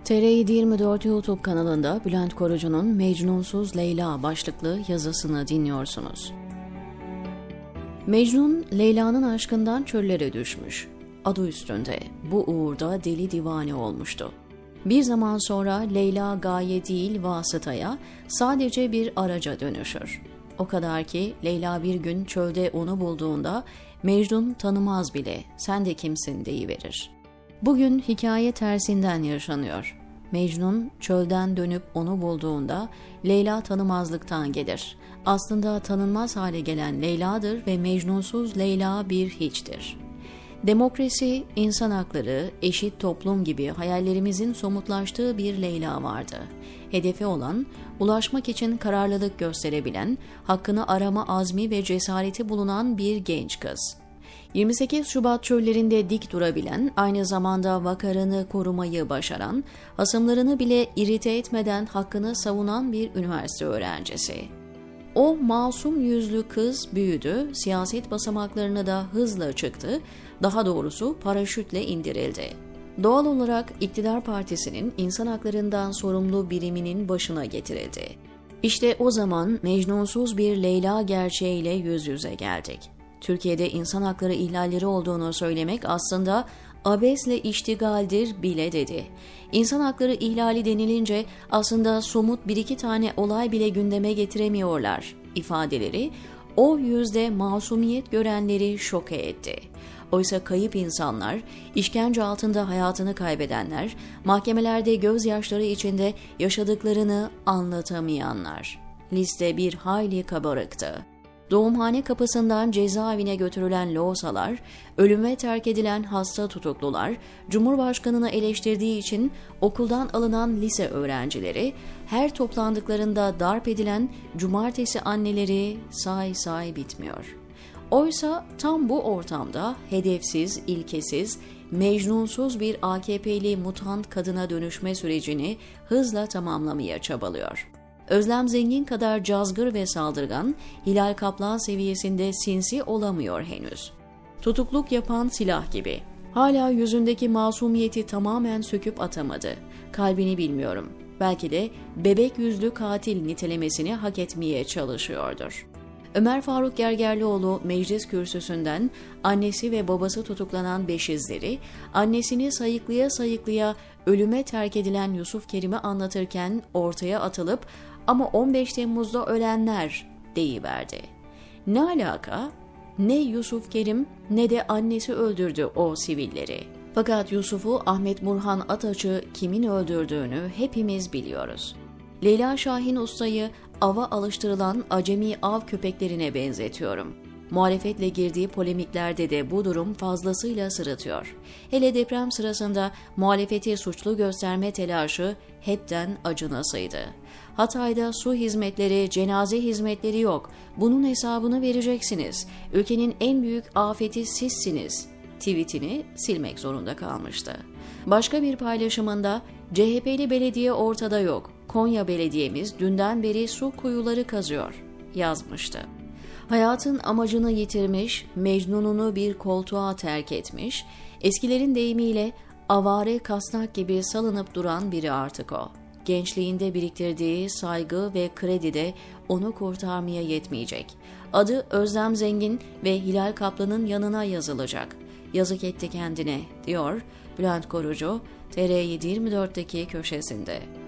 TR724 YouTube kanalında Bülent Korucu'nun Mecnunsuz Leyla başlıklı yazısını dinliyorsunuz. Mecnun, Leyla'nın aşkından çöllere düşmüş. Adı üstünde, bu uğurda deli divane olmuştu. Bir zaman sonra Leyla gaye değil vasıtaya, sadece bir araca dönüşür. O kadar ki Leyla bir gün çölde onu bulduğunda Mecnun tanımaz bile, sen de kimsin deyiverir. Bugün hikaye tersinden yaşanıyor. Mecnun çölden dönüp onu bulduğunda Leyla tanımazlıktan gelir. Aslında tanınmaz hale gelen Leyla'dır ve Mecnunsuz Leyla bir hiçtir. Demokrasi, insan hakları, eşit toplum gibi hayallerimizin somutlaştığı bir Leyla vardı. Hedefi olan, ulaşmak için kararlılık gösterebilen, hakkını arama azmi ve cesareti bulunan bir genç kız. 28 Şubat çöllerinde dik durabilen, aynı zamanda vakarını korumayı başaran, hasımlarını bile irite etmeden hakkını savunan bir üniversite öğrencisi. O masum yüzlü kız büyüdü, siyaset basamaklarını da hızla çıktı, daha doğrusu paraşütle indirildi. Doğal olarak iktidar partisinin insan haklarından sorumlu biriminin başına getirildi. İşte o zaman mecnunsuz bir Leyla gerçeğiyle yüz yüze geldik. Türkiye'de insan hakları ihlalleri olduğunu söylemek aslında abesle iştigaldir bile dedi. İnsan hakları ihlali denilince aslında somut bir iki tane olay bile gündeme getiremiyorlar ifadeleri o yüzde masumiyet görenleri şoke etti. Oysa kayıp insanlar, işkence altında hayatını kaybedenler, mahkemelerde gözyaşları içinde yaşadıklarını anlatamayanlar. Liste bir hayli kabarıktı. Doğumhane kapısından cezaevine götürülen loğusalar, ölüme terk edilen hasta tutuklular, Cumhurbaşkanı'nı eleştirdiği için okuldan alınan lise öğrencileri, her toplandıklarında darp edilen cumartesi anneleri say bitmiyor. Oysa tam bu ortamda hedefsiz, ilkesiz, mecnunsuz bir AKP'li mutant kadına dönüşme sürecini hızla tamamlamaya çabalıyor. Özlem Zengin kadar cazgır ve saldırgan, Hilal Kaplan seviyesinde sinsi olamıyor henüz. Tutukluk yapan silah gibi. Hala yüzündeki masumiyeti tamamen söküp atamadı. Kalbini bilmiyorum. Belki de bebek yüzlü katil nitelemesini hak etmeye çalışıyordur. Ömer Faruk Gergerlioğlu meclis kürsüsünden annesi ve babası tutuklanan Beşizleri, annesini sayıklaya ölüme terk edilen Yusuf Kerim'i anlatırken ortaya atılıp ama 15 Temmuz'da ölenler deyiverdi. Ne alaka? Ne Yusuf Kerim ne de annesi öldürdü o sivilleri. Fakat Yusuf'u Ahmet Burhan Ataç'ı kimin öldürdüğünü hepimiz biliyoruz. Leyla Şahin Usta'yı ava alıştırılan acemi av köpeklerine benzetiyorum. Muhalefetle girdiği polemiklerde de bu durum fazlasıyla sırıtıyor. Hele deprem sırasında muhalefeti suçlu gösterme telaşı hepten acınasıydı. Hatay'da su hizmetleri, cenaze hizmetleri yok. Bunun hesabını vereceksiniz. Ülkenin en büyük afeti sizsiniz. Tweetini silmek zorunda kalmıştı. Başka bir paylaşımında CHP'li belediye ortada yok. Konya Belediye'miz dünden beri su kuyuları kazıyor yazmıştı. Hayatın amacını yitirmiş, mecnununu bir koltuğa terk etmiş, eskilerin deyimiyle avare kasnak gibi salınıp duran biri artık o. Gençliğinde biriktirdiği saygı ve kredi de onu kurtarmaya yetmeyecek. Adı Özlem Zengin ve Hilal Kaplan'ın yanına yazılacak. Yazık etti kendine, diyor Bülent Korucu, TR724'deki köşesinde.